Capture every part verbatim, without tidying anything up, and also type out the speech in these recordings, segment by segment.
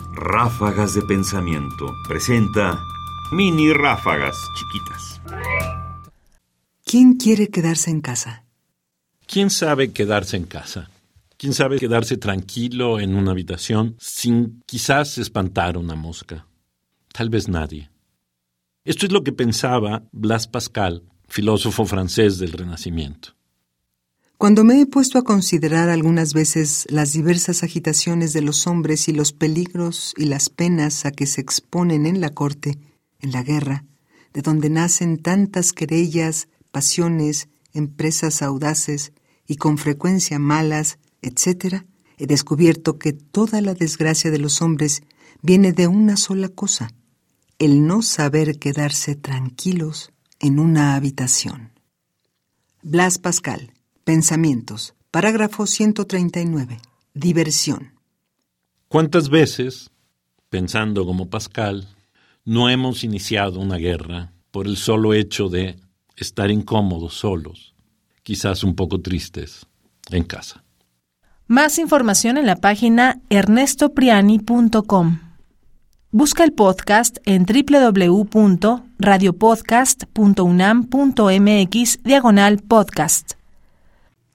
Ráfagas de Pensamiento presenta mini ráfagas chiquitas. ¿Quién quiere quedarse en casa? ¿Quién sabe quedarse en casa? ¿Quién sabe quedarse tranquilo en una habitación sin quizás espantar una mosca? Tal vez nadie. Esto es lo que pensaba Blaise Pascal, filósofo francés del Renacimiento. Cuando me he puesto a considerar algunas veces las diversas agitaciones de los hombres y los peligros y las penas a que se exponen en la corte, en la guerra, de donde nacen tantas querellas, pasiones, empresas audaces y con frecuencia malas, etcétera, he descubierto que toda la desgracia de los hombres viene de una sola cosa: el no saber quedarse tranquilos en una habitación. Blaise Pascal, Pensamientos, parágrafo ciento treinta y nueve. Diversión. ¿Cuántas veces, pensando como Pascal, no hemos iniciado una guerra por el solo hecho de estar incómodos solos, quizás un poco tristes, en casa? Más información en la página ernesto priani punto com. Busca el podcast en doble u doble u doble u punto radiopodcast punto unam punto mx diagonal podcast.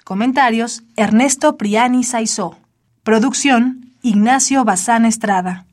Comentarios: Ernesto Priani Saizó. Producción: Ignacio Bazán Estrada.